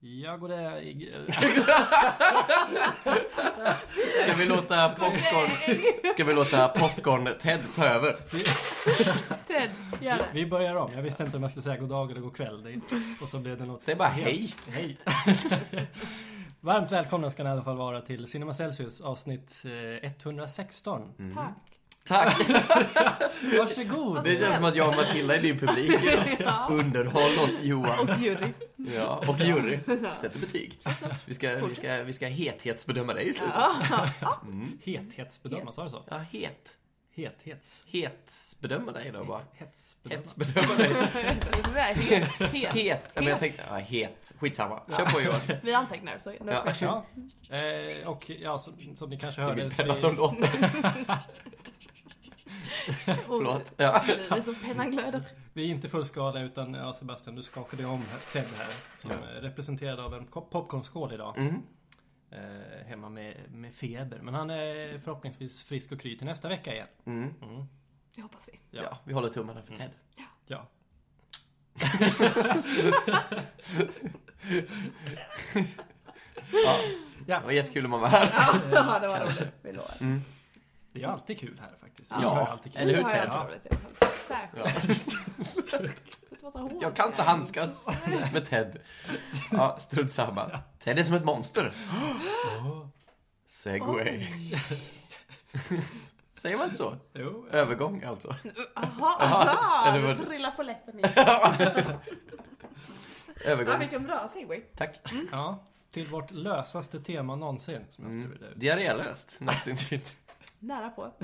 Ja, går det... Ska vi låta popcorn Ted ta över? Ted, gör det. Vi börjar om. Jag visste inte om jag skulle säga god dag eller god kväll. Och så blev det något... Säg bara hej. Hej. Varmt välkomna ska ni i alla fall vara till Cinema Celsius avsnitt 116. Tack. Varsågod. Det känns som att jag och Matilda är din publik. Ja. Underhåll oss, Johan. Och jury. Ja, och jury. Sätter betyg. Vi ska hethetsbedöma dig i slutet. Hethetsbedöma, sa du så? Ja, het. Hetsbedöma dig då bara. Hetsbedöma dig. Het. Men jag tänkte, ja, het. Skitsamma. Kör på, Johan. Vi antecknar så. Ja. Och ja, som ni kanske hörde... Det är min penna som låter. Förlåt. Ja. Det är som pennan glöder. Vi är inte fullskala utan, ja, Sebastian, du skakade om Ted här. Som är representerad av en popcornskål idag. Hemma med feber. Men han är förhoppningsvis frisk och kry till nästa vecka igen. Det hoppas vi. Ja, vi håller tummarna för Ted. Ja. Ja, det var jättekul om man var här. Ja, det var roligt. Vi lovar. Det är alltid kul här faktiskt. Ja, alltid kul. eller hur, Det har Ted? jag roligt, i alla fall. Särskilt. Jag kan inte handskas med Ted. Ja, strunt samma. Ted är som ett monster. Segway. Säger man så? Jo. Övergång alltså. Jaha, eller vad- du trillar på lätten igen. Övergång. Ja, vilken bra segway. Tack. Ja, till vårt lösaste tema någonsin som jag skulle vilja ut. Diarrélöst. Nästintill. Nära på.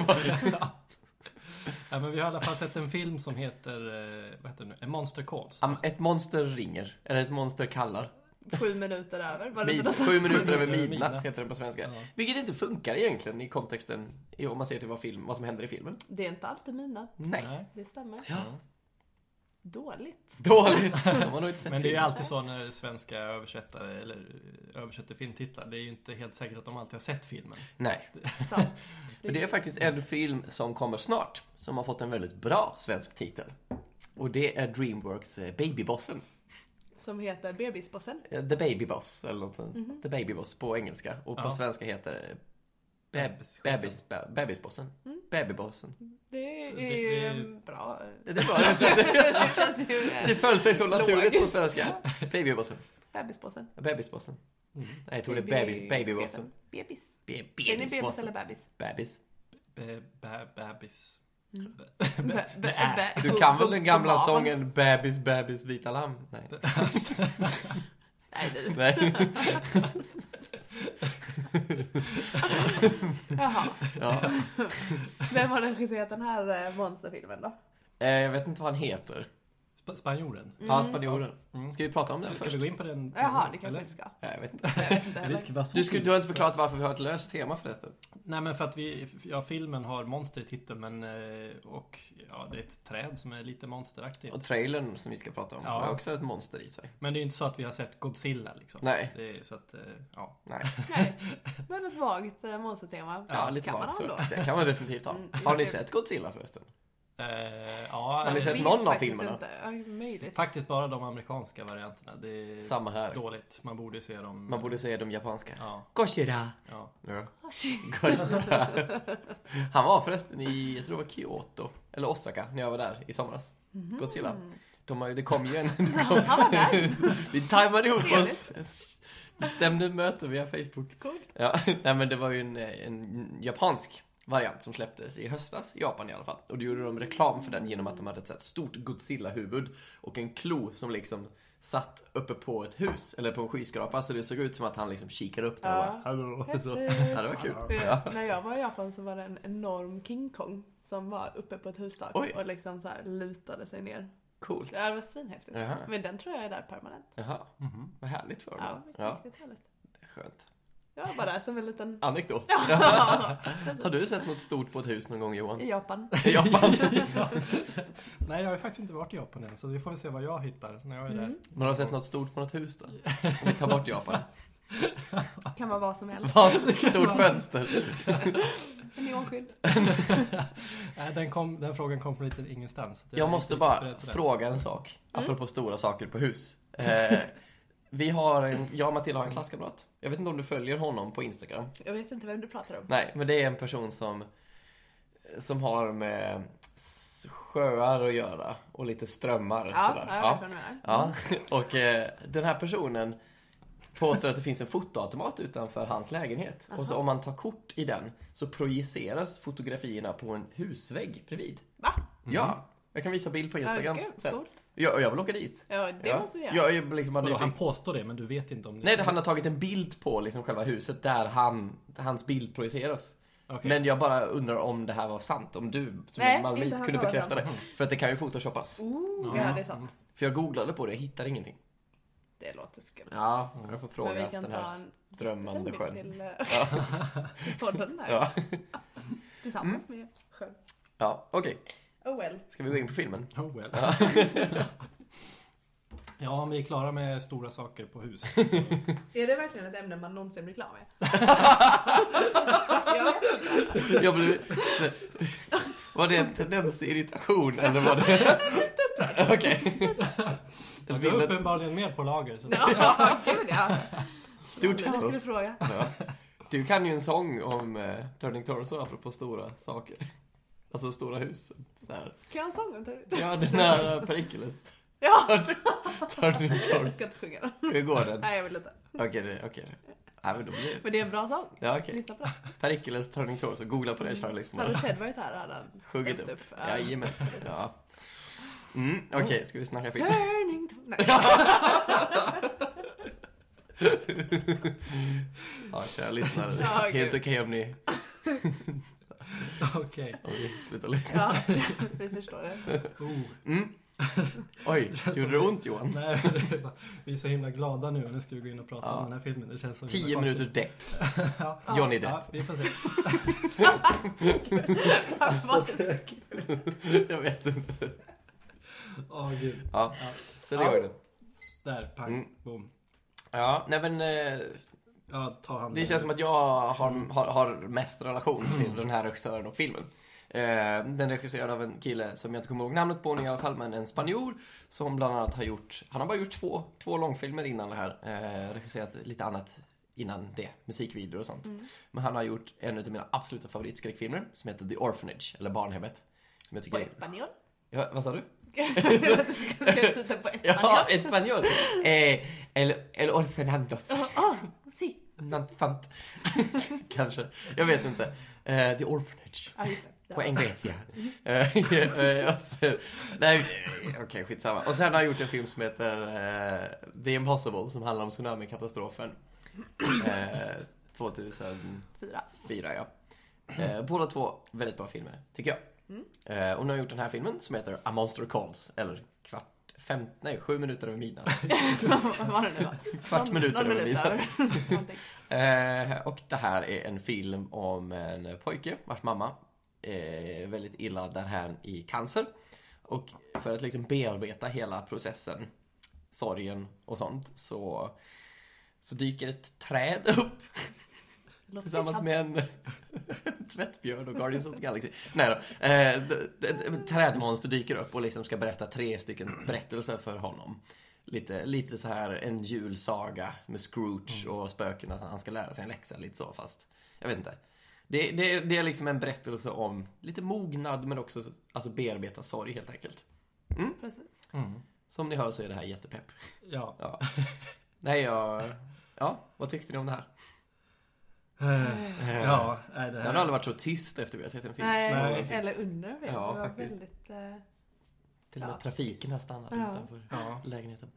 Ja, men vi har i alla fall sett en film som heter, vad heter det nu? En Monster Calls. Ett monster ringer. Eller ett monster kallar. 7 minuter över. Var det inte 7 minuter över midnatt. midnatt heter den på svenska. Ja. Vilket inte funkar egentligen i kontexten om man ser till vad som händer i filmen. Det är inte alltid mina. Nej. Det stämmer. Ja. Dåligt. Dåligt. De har nog inte sett Men det är ju filmen. alltid så när svenska översättare eller översätter filmtitlar. Det är ju inte helt säkert att de alltid har sett filmen. Nej. Sant. Men det är faktiskt en film som kommer snart som har fått en väldigt bra svensk titel. Och det är DreamWorks Babybossen. Som heter Bebisbossen. The Baby Boss eller något sånt. The Baby Boss på engelska. Och på svenska heter Bebisbossen. Babybossen. Det är bra. Det är bra. Det känns ju... Det föll sig så naturligt på logiskt. svenska. Babybossen. Bebisbossen. Bebisbossen. Nej, jag tror det är Babybossen. Bebis. Säger ni bebis eller bebis? Bebis. Bebis. Du kan väl den gamla sången Bebis, bebis, vita lamm? Nej. Nej, du. Nej. Jaha. Ja. Vem har regisserat den här monsterfilmen då? Jag vet inte vad han heter. Spanjoren. Ja, spanjoren. Ska vi prata om den Ska först? vi gå in på den? Jaha, det kan vi Eller? inte ska. Jag vet inte. Jag vet inte Det heller. ska vara så Du har inte förklarat varför vi har ett löst tema förresten. Nej, men för att filmen har monster i titeln, men och ja, det är ett träd som är lite monsteraktigt. Och trailern som vi ska prata om har också ett monster i sig. Men det är ju inte så att vi har sett Godzilla liksom. Nej. Det är så att, ja. Nej. Nej, väldigt vagt monstertema. Ja, lite kan man vagt ha så. då? Det kan man definitivt ha. Har ni sett Godzilla förresten? Ja, Har ni sett Vet någon av faktiskt filmerna? inte. Ja, möjligt. faktiskt bara de amerikanska varianterna. Det är Samma här. dåligt. Man borde se dem. Man borde säga de japanska. Ja. Godzilla. Ja. Ja. Godzilla. Han var förresten i, jag tror det var Kyoto eller Osaka när jag var där i somras. Godzilla. Det kom ju en... Han var där. Vi tajmade ihop oss. Vi stämde möte via Facebook. Coolt. Ja, nej, men det var ju en japansk variant som släpptes i höstas i Japan i alla fall. Och då gjorde de reklam för den genom att de hade ett stort Godzilla-huvud och en klo som liksom satt uppe på ett hus eller på en skyskrapa, så det såg ut som att han liksom kikade upp där och bara, hallå. Ja, det var kul. Ja. När jag var i Japan så var det en enorm King Kong som var uppe på ett hustak. Oj. Och liksom så här lutade sig ner. Coolt. Ja, det var svinhäftigt. Jaha. Men den tror jag är där permanent. Jaha, vad härligt för dem. Ja, riktigt härligt. Det är skönt. Jag var bara där som en liten... Anekdot. Har du sett något stort på ett hus någon gång, Johan? I Japan. I Japan? Nej, jag har ju faktiskt inte varit i Japan än, så vi får se vad jag hittar när jag är där. Men har du sett något stort på något hus då? Om vi tar bort Japan. Kan vara vad som helst. Stort fönster. En neonskydd. Nej, den frågan kom från lite ingenstans. Jag måste bara fråga en sak. Apropå stora saker på hus. Jag och Matilda har en klasskamrat. Jag vet inte om du följer honom på Instagram. Jag vet inte vem du pratar om. Nej, men det är en person som har med sjöar att göra och lite strömmar. Sådär. Ja. Och den här personen påstår att det finns en fotoautomat utanför hans lägenhet. Och så om man tar kort i den så projiceras fotografierna på en husvägg bredvid. Va? Ja, jag kan visa bild på Instagram sen. Coolt. Jag vill åka dit. Ja, det måste vi göra. Liksom, Han påstår det, men du vet inte om det. Nej, han har tagit en bild på liksom själva huset där hans bild projiceras. Okay. Men jag bara undrar om det här var sant. Om du som en malmit kunde bekräfta det. För att det kan ju photoshoppas. Ja, det är sant. För jag googlade på det, jag hittar ingenting. Det låter skumt. Ja, jag får fråga Men vi kan den ta här strömmande sjön. till podden där. Ja, Tillsammans med sjön. ja, okej. Oh well. Ska vi gå in på filmen? Oh well. Ja, om vi är klara med stora saker på hus. Är det verkligen ett ämne man någonsin blir klar med? Jag blev... Var det en tendens till irritation eller var det... Okej. Du är uppenbarligen mer på lager. Så... Ja, gud ja. Du skulle fråga. Ja. Du kan ju en sång om Turning Torso apropå stora saker. Alltså stora hus. Så här. Kan jag ha en sång om det? Ja, den här Pericles. Ja! Turning Torso. Jag ska inte sjunga den. Hur går den? Nej, jag vill inte. Okej. Nej, men då blir det... Men det är en bra sång. Ja, okej. Lyssna på den. Pericles Turning Torso. Googla på det, kära lyssnare. Hade Ted varit här hade han Sjungit ställt upp. upp. Jajamän. Ja. Okej, ska vi snacka film? Turning Nej. Ja, kära lyssnare. Ja, Helt gud. okej om ni... Okej. Om ni slutar lyssna. Ja, vi förstår det. Oj, gjorde det ont Johan? Nej, det är bara, vi är så himla glada nu och nu ska vi gå in och prata om den här filmen. Det känns så 10 minuter depp. Ja. Johnny Depp. Ja, vi får se. Varför var det så kul? Jag vet inte. Gud. Ja, så det gör det. Där, pang, boom. Ja, nej men... Ja, ta hand. Det känns som att jag har mest relation till den här regissören och filmen. Den regisserad av en kille som jag inte kommer ihåg namnet på i alla fall, men en spanjor som bland annat har gjort, han har bara gjort två långfilmer innan det här, regisserat lite annat innan det, musikvideor och sånt. Men han har gjort en av mina absoluta favoritskräckfilmer som heter The Orphanage, eller Barnhemmet, som jag tycker På espanjol? Ja, vad sa du? Ska jag titta på espanjol? Ja, espanjol. El Orfanados. Sí. Nantfant. Kanske. Jag vet inte. The Orphanage. Ja, just det. På engelska. Nej, okej, skitsamma. Och sen har jag gjort en film som heter The Impossible, som handlar om tsunami-katastrofen. 2004, ja. Båda två väldigt bra filmer, tycker jag. Och nu har jag gjort den här filmen som heter A Monster Calls, eller 7 minuter över midnatt. Vad var det nu va? Kvart minuter över midnatt. Någonting. Och det här är en film om en pojke vars mamma är väldigt illa därhän i cancer. Och för att liksom bearbeta hela processen, sorgen och sånt, så dyker ett träd upp tillsammans med en tvättbjörn och Guardians of the Galaxy. Nej då. Trädmonster dyker upp och liksom ska berätta 3 stycken berättelser för honom. Lite så här en julsaga med Scrooge och spöken, att han ska lära sig en läxa, lite så, fast jag vet inte. Det är liksom en berättelse om lite mognad, men också alltså bearbeta sorg helt enkelt. Precis. Som ni hör så är det här jättepepp. Ja. Nej, vad tyckte ni om det här? Ja, det här. Det har aldrig varit så tyst efter vi har sett en film. Nej, eller under en film. Ja, det var faktiskt. väldigt... Till och med trafiken har stannat utanför lägenheten.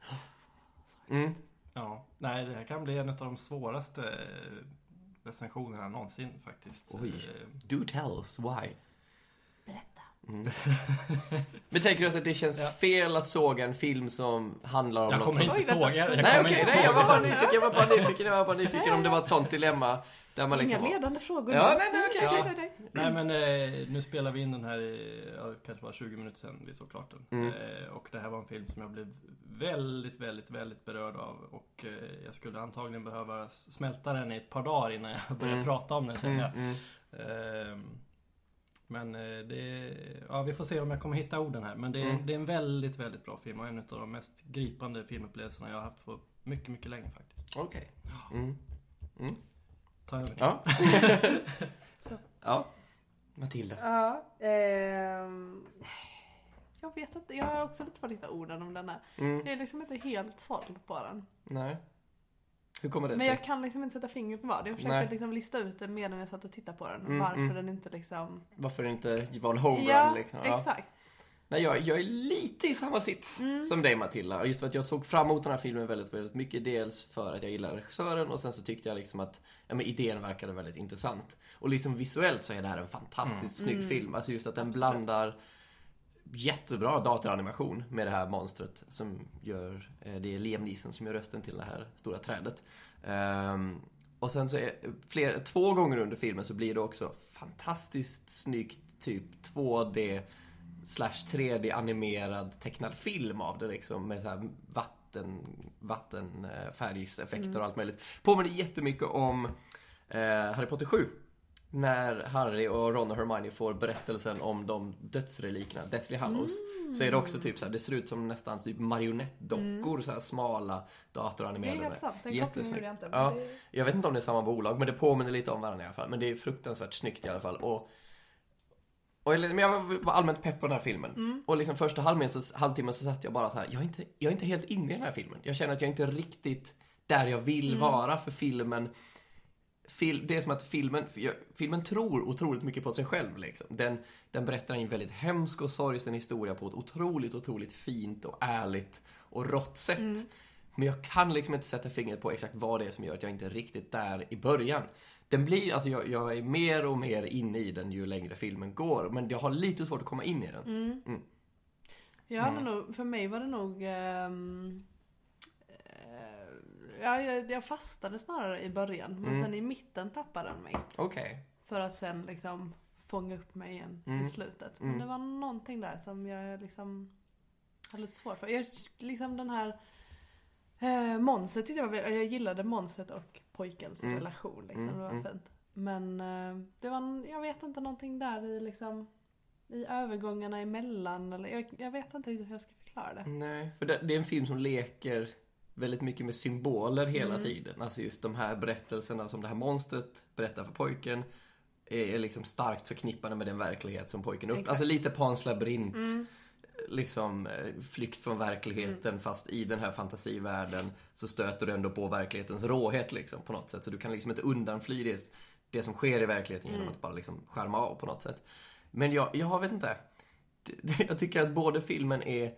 Ja, nej, det här kan bli en av de svåraste recensionerna någonsin faktiskt. Oj, do tell us why. Berätta. Men tänker du att det känns fel att såga en film som handlar om jag något kommer som... inte såga. Jag var bara nyfiken om det var ett sånt dilemma där man liksom... Inga ledande frågor. Ja, nej. Nej, men nu spelar vi in den här, kanske var 20 minuter sedan vi såg klart den. Och det här var en film som jag blev väldigt, väldigt, väldigt berörd av. Och jag skulle antagligen behöva smälta den i ett par dagar innan jag började prata om den, känner jag. Men vi får se om jag kommer hitta orden här. Men det är en väldigt, väldigt bra film och en av de mest gripande filmupplevelserna jag har haft mycket, mycket länge faktiskt. Okej. Ta över det. Ja. Så. Ja. Matilda. Ja, jag vet inte. Jag har också lite svårt att hitta orden om den här. Jag är liksom inte helt såld på den. Nej. Hur kommer det Men sig? jag kan liksom inte sätta fingret på vad. Jag försökte liksom lista ut det medan jag satt och tittade på den. Varför den inte liksom... Varför inte var en homerun Ja, liksom? exakt. Nej, jag är lite i samma sits som dig, Matilda. Just för att jag såg fram emot den här filmen väldigt, väldigt mycket. Dels för att jag gillar regissören och sen så tyckte jag liksom att idén verkade väldigt intressant. Och liksom visuellt så är det här en fantastiskt snygg film. Alltså just att den blandar jättebra datoranimation med det här monstret som gör, det är Liam Neeson som gör rösten till det här stora trädet. Och sen så är 2 gånger under filmen så blir det också fantastiskt snyggt typ 2D/3D animerad tecknad film av det liksom med så här vattenfärgseffekter och allt möjligt. Påminner jättemycket om Harry Potter 7. När Harry och Ron och Hermione får berättelsen om de dödsrelikerna, Deathly Hallows, så är det också typ så här, det ser ut som nästan typ marionettdockor, så här smala datoranimerade. Det är helt sant, jättesnyggt. Inte, ja, jag vet inte om det är samma bolag, men det påminner lite om varandra i alla fall. Men det är fruktansvärt snyggt i alla fall. Men jag var allmänt pepp på den här filmen. Och liksom första halvtimmen så satt jag bara så här, jag är inte helt inne i den här filmen. Jag känner att jag inte är riktigt där jag vill vara för filmen. Det är som att filmen tror otroligt mycket på sig själv liksom. Den berättar en väldigt hemsk och sorgsen historia på ett otroligt fint och ärligt och rått sätt. Men jag kan liksom inte sätta fingret på exakt vad det är som gör att jag inte är riktigt där i början. Den blir, alltså jag är mer och mer inne i den ju längre filmen går. Men jag har lite svårt att komma in i den. Jag hade nog, för mig var det nog jag fastade snarare i början. Men sen i mitten tappade den mig. Okej. För att sen liksom fånga upp mig igen i slutet. Men det var någonting där som jag liksom hade lite svårt för. Jag liksom den här monstret tyckte jag gillade monstret och pojkens relation liksom. Det var fint. Men det var, jag vet inte, någonting där i liksom i övergångarna emellan eller jag vet inte riktigt hur jag ska förklara det. Nej, för det är en film som leker väldigt mycket med symboler hela tiden. Alltså just de här berättelserna som det här monstret berättar för pojken är liksom starkt förknippade med den verklighet som pojken upp. Alltså lite Pans labyrint. Liksom flykt från verkligheten, fast i den här fantasivärlden så stöter du ändå på verklighetens råhet liksom, på något sätt. Så du kan liksom inte undanfly det som sker i verkligheten genom att bara liksom skärma av på något sätt. Men jag vet inte. Jag tycker att både filmen är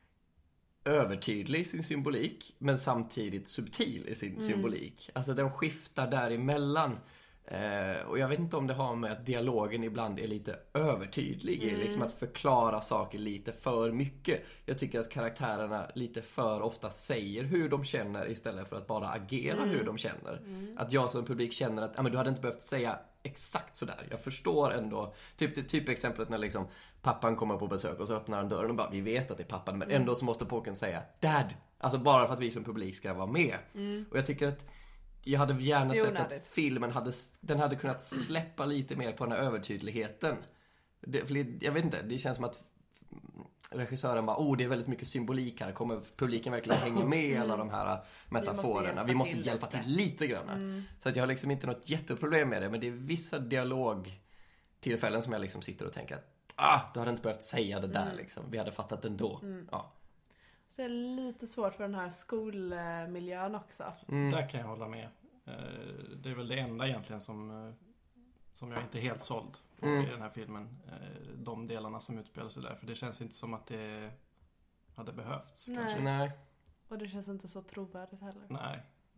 övertydlig i sin symbolik, men samtidigt subtil i sin symbolik. Alltså den skiftar däremellan. Och jag vet inte om det har med att dialogen ibland är lite övertydlig i liksom att förklara saker lite för mycket. Jag tycker att karaktärerna lite för ofta säger hur de känner istället för att bara agera hur de känner. Att jag som publik känner att men du hade inte behövt säga exakt sådär. Jag förstår ändå. Typ exemplet när liksom pappan kommer på besök och så öppnar han dörren och bara, vi vet att det är pappan, men ändå så måste pojken säga Dad. Alltså bara för att vi som publik ska vara med. Och jag tycker att jag hade gärna sett att filmen hade kunnat släppa lite mer på den här övertydligheten. Jag vet inte, det känns som att regissören bara, det är väldigt mycket symbolik här. Kommer publiken verkligen hänga med i alla de här metaforerna? Vi måste hjälpa till lite grann. Så att jag har liksom inte något jätteproblem med det, men det är vissa dialogtillfällen som jag liksom sitter och tänker att du hade inte behövt säga det där liksom. Vi hade fattat ändå. Ja. Så är det lite svårt för den här skolmiljön också. Där kan jag hålla med. Det är väl det enda egentligen som jag inte är helt såld på i den här filmen. De delarna som utspelar sig där. För det känns inte som att det hade behövts. Nej. Och det känns inte så trovärdigt heller. Nej.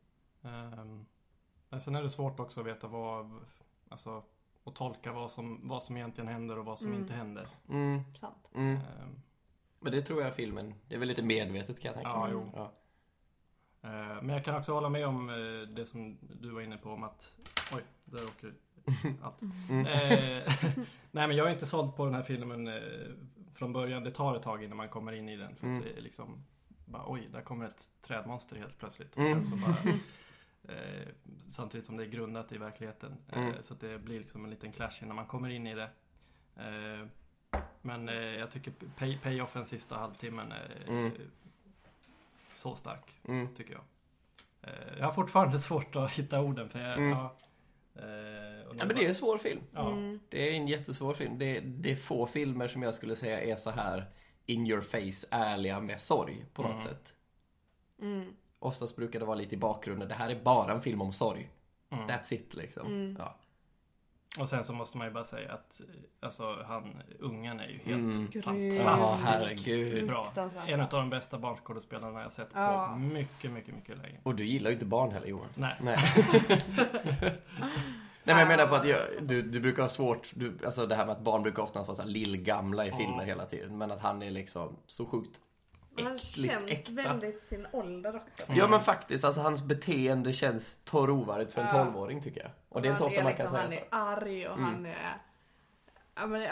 Men sen är det svårt också att veta och tolka vad som egentligen händer och vad som inte händer. Sant. Men det tror jag filmen, det är väl lite medvetet kan jag tänka mig. Ja. Men jag kan också hålla med om det som du var inne på om att där åker allt. Nej, men jag är inte såld på den här filmen från början. Det tar ett tag innan man kommer in i den för att det är liksom bara, där kommer ett trädmonster helt plötsligt och sen så bara samtidigt som det är grundat i verkligheten så att det blir liksom en liten clash innan man kommer in i det. Men jag tycker payoffen sista halvtimmen är så stark, tycker jag. Jag har fortfarande svårt att hitta orden för jag, men det är en svår film. Ja. Det är en jättesvår film. Det är få filmer som jag skulle säga är så här in your face, ärliga med sorg på något sätt. Oftast brukar det vara lite i bakgrunden. Det här är bara en film om sorg. That's it liksom. Ja. Och sen så måste man ju bara säga att alltså, ungen är ju helt Grym. Herregud. bra. En av de bästa barnskådespelarna jag sett på mycket, mycket, mycket länge. Och du gillar ju inte barn heller, Johan. Nej. Nej, men jag menar på att du brukar ha svårt, alltså det här med att barn brukar ofta vara så här lillgamla i filmer hela tiden. Men att han är liksom så sjukt Han äckligt känns äkta. väldigt sin ålder också. Ja, men faktiskt, alltså hans beteende känns torrovarigt för en 12-åring tycker jag. Och det är inte ofta man kan säga han så. Han är arg och han är... Ja, men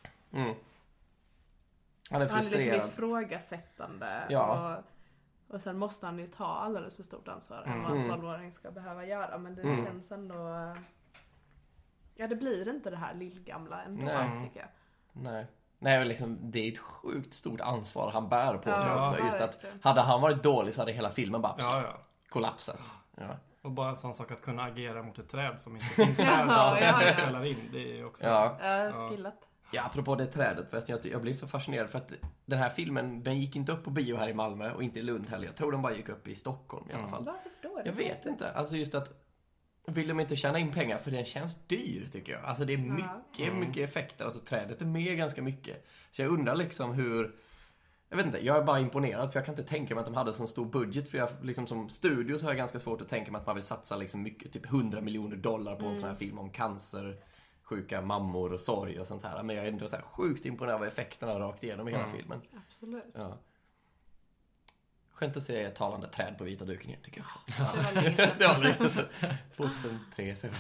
Han är frustrerad. Han är liksom ifrågasättande. Ja. Och sen måste han ju ta alldeles för stort ansvar än vad en 12-åring ska behöva göra. Men det känns ändå... Ja, det blir inte det här lillgamla ändå, tycker jag. Nej, liksom, det är ett sjukt stort ansvar han bär på sig också. Ja, Just att hade han varit dålig så hade hela filmen bara kollapsat. Ja. Och bara en sån sak att kunna agera mot ett träd som inte finns här spelar in. Det är också... Skillat. Ja, apropå det trädet, för jag blir så fascinerad för att den här filmen, den gick inte upp på bio här i Malmö och inte i Lund heller. Jag tror den bara gick upp i Stockholm i alla fall. Varför då? Jag vet inte. Alltså just att vill de inte tjäna in pengar för den känns dyr tycker jag. Alltså det är mycket effekter. Alltså trädet är med ganska mycket. Så jag undrar liksom hur... Jag vet inte, jag är bara imponerad för jag kan inte tänka mig att de hade så stor budget. För jag liksom som studio så har jag ganska svårt att tänka mig att man vill satsa liksom mycket, typ $100 miljoner på en sån här film om cancer, sjuka mammor och sorg och sånt här. Men jag är ändå så här sjukt imponerad av effekterna rakt igenom i hela filmen. Absolut. Ja. Skönt att se talande träd på vita duken igen, tycker jag också. Det var länge sedan. 2003 sedan.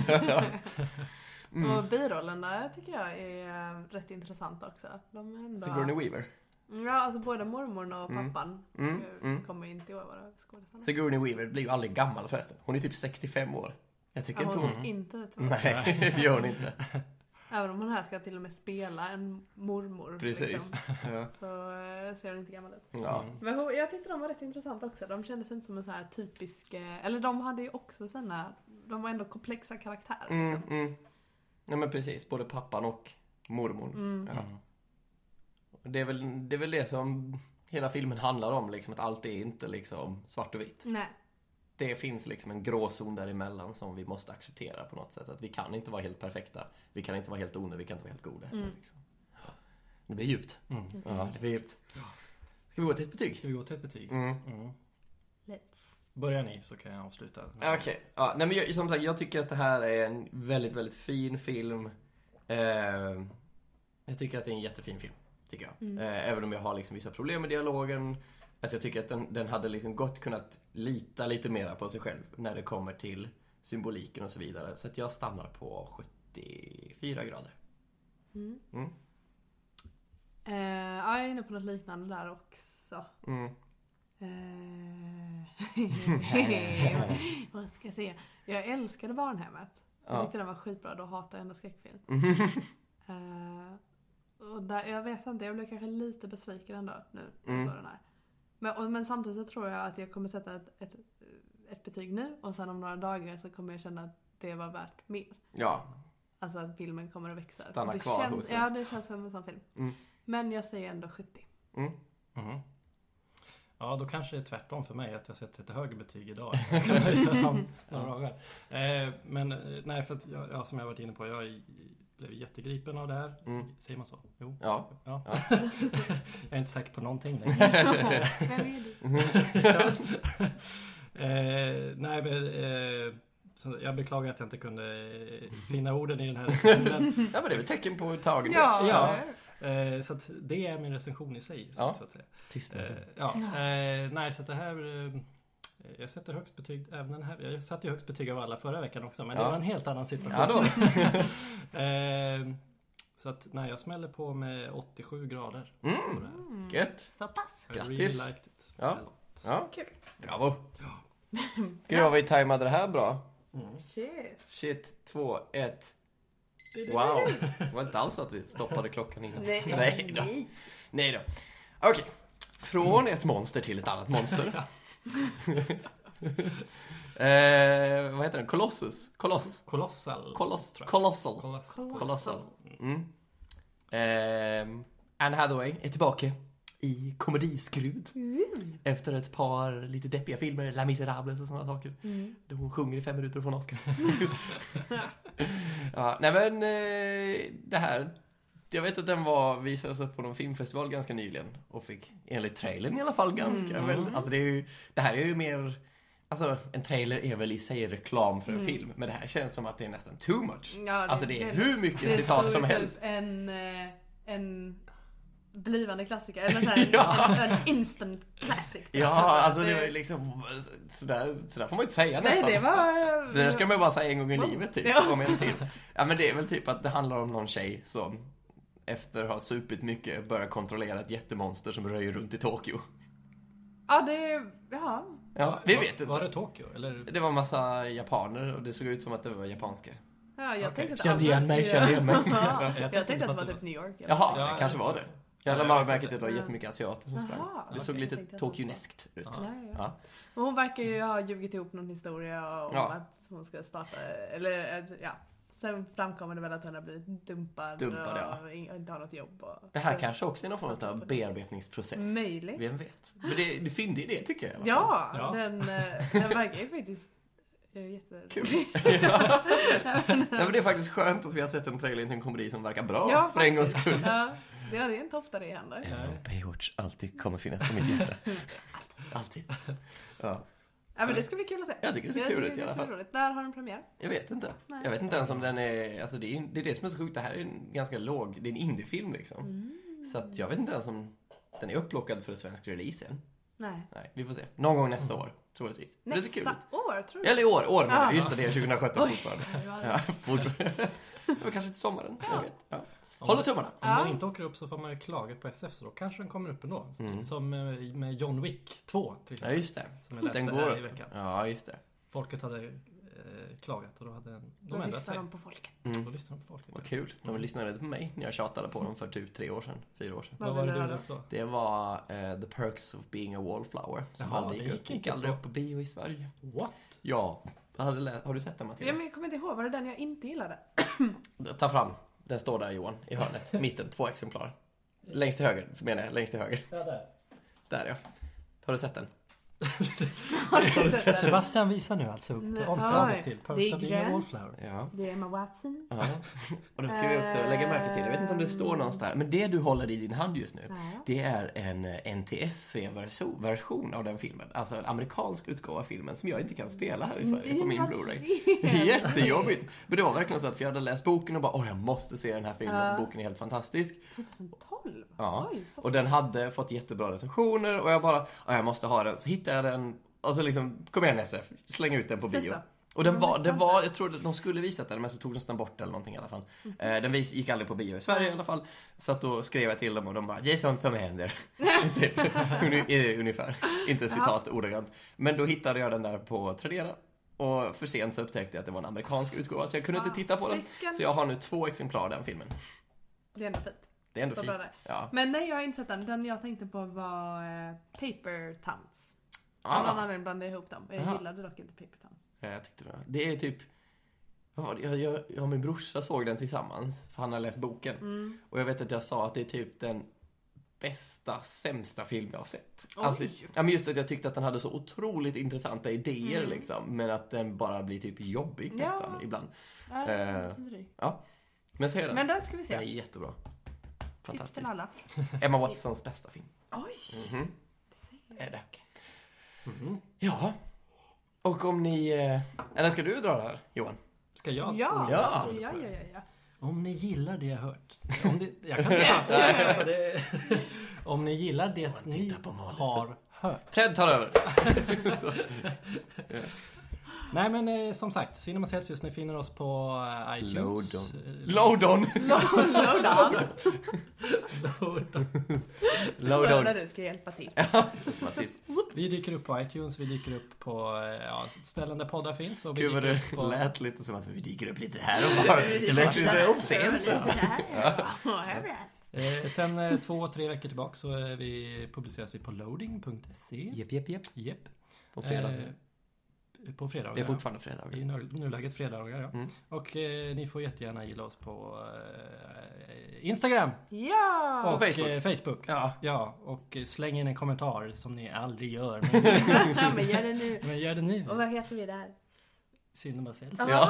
Och birollerna tycker jag är rätt intressant också. De är ändå... Sigourney Weaver. Ja, alltså både mormorn och pappan kommer inte ihåg vara skådespelare. Sigourney Weaver blir ju aldrig gammal förresten. Hon är typ 65 år. Jag tycker inte hon ser inte ut. Nej, det gör hon inte. Även om hon här ska till och med spela en mormor. Precis. Liksom, Ja. så ser hon inte gammal ut. Ja. Men jag tyckte de var rätt intressanta också. De kändes inte som en så här typisk... Eller de hade ju också såna... De var ändå komplexa karaktärer. Liksom. Ja, men precis. Både pappan och mormor. Ja. Det är väl det som hela filmen handlar om. Liksom, att allt är inte liksom svart och vitt. Nej. Det finns liksom en gråzon däremellan som vi måste acceptera på något sätt. Att vi kan inte vara helt perfekta. Vi kan inte vara helt onda. Vi kan inte vara helt goda heller. Liksom. Det blir djupt. Ja, det blir djupt. Ska vi gå till ett betyg? Ska vi gå till ett betyg? Let's. Börjar ni så kan jag avsluta. Okej. Ja, nej, men som sagt, jag tycker att det här är en väldigt, väldigt fin film. Jag tycker att det är en jättefin film. Tycker jag. Även om jag har liksom vissa problem med dialogen. Att jag tycker att den hade liksom gott kunnat lita lite mer på sig själv när det kommer till symboliken och så vidare. Så att jag stannar på 74 grader. Ja, jag är inne på något liknande där också. Vad ska jag säga? Jag älskade Barnhemmet. Jag tyckte den var skitbra. Då hatar jag ändå skräckfilm. Och där, jag vet inte, jag blev kanske lite besviken ändå nu när jag såg den här. Men samtidigt så tror jag att jag kommer sätta ett betyg nu. Och sen om några dagar så kommer jag känna att det var värt mer. Ja. Alltså att filmen kommer att växa. Stanna kvar hos en. Ja, det känns som en sån film. Men jag säger ändå 70. Ja, då kanske det är tvärtom för mig att jag sätter ett högre betyg idag. Men nej, för att jag, som jag varit inne på, jag blev jättegripen av det här. Säger man så? Jo. Ja. Jag är inte säker på någonting längre. Så jag beklagar att jag inte kunde finna orden i den här recensionen. Ja, men det är väl tecken på tagen. Ja. Så att det är min recension i sig. Så att säga. Tystnad. Nej, så att det här... Jag sätter högst betyg även den här. Jag satte ju högst betyg av alla förra veckan också. Men det var en helt annan situation. Ja, då. Så att nej, jag smäller på med 87 grader. Gött. Så pass. I really Grattis. liked it. Ja. Kul. Bravo. Gud vad vi tajmade det här bra. Shit. 2, 1. Wow. Det var inte alls att vi stoppade klockan innan. Nej då. Okej. Från ett monster till ett annat monster. Vad heter den? Colossus? Colossal. Colossal. Anne Hathaway är tillbaka i komediskrud. Efter ett par lite deppiga filmer, La Misérables och sådana saker. Där hon sjunger i 5 minuter och får en Oscar. Ja, nej men det här, jag vet att den visades upp på någon filmfestival ganska nyligen och fick enligt trailern i alla fall ganska väl, alltså det här är ju mer, alltså en trailer är väl i sig reklam för en film, men det här känns som att det är nästan too much. Ja, alltså det är hur mycket citat som helst. En blivande klassiker eller så här, en instant classic. Ja, alltså det var liksom sådär får man inte säga nästan. Nej, det där ska man bara säga en gång i livet typ, om en film. Ja, men det är väl typ att det handlar om någon tjej som efter att ha supit mycket börjar kontrollera ett jättemonster som röjer runt i Tokyo. Ja, Ja, vi vet inte. Var det Tokyo? Eller? Det var en massa japaner och det såg ut som att det var japanska. Ja, jag tänkte att Kände igen mig. Jag tänkte att det var typ New York. Jaha, det kanske var det. Jag hade bara märkt att det var jättemycket asiater som sprang. Det såg lite Tokyo-neskt ut. Ja. Och hon verkar ju ha ljugit ihop någon historia om att hon ska starta, eller sen framkommer det väl att hon har blivit dumpad och inte har något jobb. Det här kanske också är någon form av bearbetningsprocess. Möjligt. Vem vet. Men det är fyndig idé tycker jag. Ja, den verkar ju faktiskt jättekul. Men det är faktiskt skönt att vi har sett en trailer till en komedi som verkar bra för en gångs skull. Ja, det är inte ofta det händer. Baywatch alltid kommer finnas på mitt hjärta. Alltid. Ja. Ja, men det ska bli kul att se. Jag tycker det ser kul ut i alla fall. Där har den premiär. Jag vet inte. Jag vet inte ens om den är, alltså det är det som är så sjukt. Det här är en ganska låg, det är en indiefilm liksom. Så att jag vet inte ens om den är upplockad för svensk release än. Nej, vi får se. Någon gång nästa år, troligtvis. Nästa det ser kul år, tror du? Eller år men just det är 2017 fortfarande. Fortfarande. Det var kanske till sommaren, jag vet. Ja. Håller tummarna. Om den inte åker upp så får man ju klaga på SF, så då kanske den kommer upp ändå. Som med John Wick 2 till exempel. Ja, just det. Som jag läste den går här upp i veckan. Ja, just det. Folket hade klagat och då hade de ändrat sig. De på folket. Då lyssnade de på folket. Vad kul. De lyssnade på mig när jag tjatade på dem för typ 4 år sedan. Vad var det du upp då? Det var The Perks of Being a Wallflower. Som aldrig gick aldrig upp på bio i Sverige. What? Ja. Har du sett den, Matilda? Ja, men jag kommer inte ihåg. Var det den jag inte gillade? Ta fram. Den står där, Johan, i hörnet. Mitten, 2 exemplar. Längst till höger, menar jag. Längst till höger. Ja, Där, ja. Har du sett den? Sebastian visar nu alltså upp omslaget till Perks of Being a Wallflower. Ja. Det är Emma Watson. Ja. Och då ska vi också lägga märke till, jag vet inte om det står någonstans, men det du håller i din hand just nu, det är en NTSC-version av den filmen. Alltså en amerikansk utgåva av filmen som jag inte kan spela här i Sverige på min Blu-ray. Jättejobbigt. Men det var verkligen så att jag hade läst boken och bara, jag måste se den här filmen för boken är helt fantastisk. 2012? Ja, och den hade fått jättebra recensioner och jag bara, jag måste ha den. Så hittade jag den och så liksom, kom igen SF, släng ut den på bio. Och den jag trodde att de skulle visa den, men så tog de nästan bort eller någonting i alla fall. Den gick aldrig på bio i Sverige i alla fall. Så att då skrev jag till dem och de bara, det är sånt som händer. Typ, ungefär. Inte citat ordagrant. Men då hittade jag den där på Tradera. Och för sent så upptäckte jag att det var en amerikansk utgåva, så jag kunde inte titta på den. Så jag har nu 2 exemplar av den filmen. Det är ändå fint. Det är ändå fint. Ja. Men nej, jag har inte sett den. Den jag tänkte på var Paper Towns. Någon annan blandade ihop dem. Jag gillade dock inte Paper Towns. Jag tyckte det är typ, jag och min brorsa såg den tillsammans, för han har läst boken. Och jag vet att jag sa att det är typ den sämsta film jag har sett. Alltså, men just att jag tyckte att den hade så otroligt intressanta idéer liksom, men att den bara blir typ jobbig nästan ibland. Ja. Men se den. Men den ska vi se. Den är jättebra. Fantastisk. Tips till alla. Emma Watsons bästa film. Oj. Är det. Ja. Och om ni... Eller ska du dra det här, Johan? Ska jag? Ja. Om ni gillar det jag hört. Jag kan inte. Om ni gillar det ni har hört. Ted tar över. Nej, men som sagt, Cinema Celsius, ni finner oss på iTunes. Lowdown. Lowdown. Du ska hjälpa till. Vi dyker upp på iTunes, vi dyker upp på ställen där poddar finns. Och vi Gud vad det lät lite som att vi dyker upp lite här och var. Det lät lite uppsent. Sen 2-3 veckor tillbaka så publiceras vi på loading.se. Japp. På fredag. på fredagar. Det är fortfarande fredagar. I nuläget fredagar, ja. Mm. Och ni får jättegärna gilla oss på Instagram. Ja! Och Och Facebook. Facebook. Ja. Ja, och släng in en kommentar som ni aldrig gör. Ja, men gör det nu. Men gör det nu. Och vad heter vi där? Cinema Cells. Ja.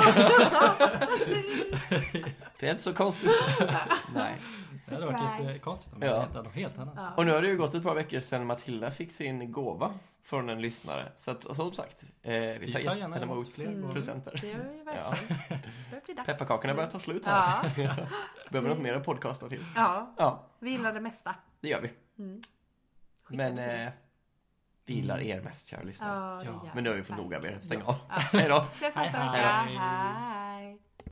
Det är inte så konstigt. Nej. Det hade varit lite konstigt om det hette något helt annat. Ja. Och nu har det ju gått ett par veckor sedan Matilda fick sin gåva från en lyssnare. Så att, som sagt, vi tar gärna emot fler presenter. Det gör vi verkligen. Det börjar bli dags. Pepparkakorna börjar ta slut här. Ja. Behöver något mer att podcasta till. Ja, Ja, vi gillar det mesta. det gör vi. Mm. Men vi gillar er mest, kära lyssnare. Ja, det Ja. gör Men nu har vi fått verkligen. nog av er. Stäng av. Ja. Hej då. Ses nästa Hej, vecka. hej. Hej.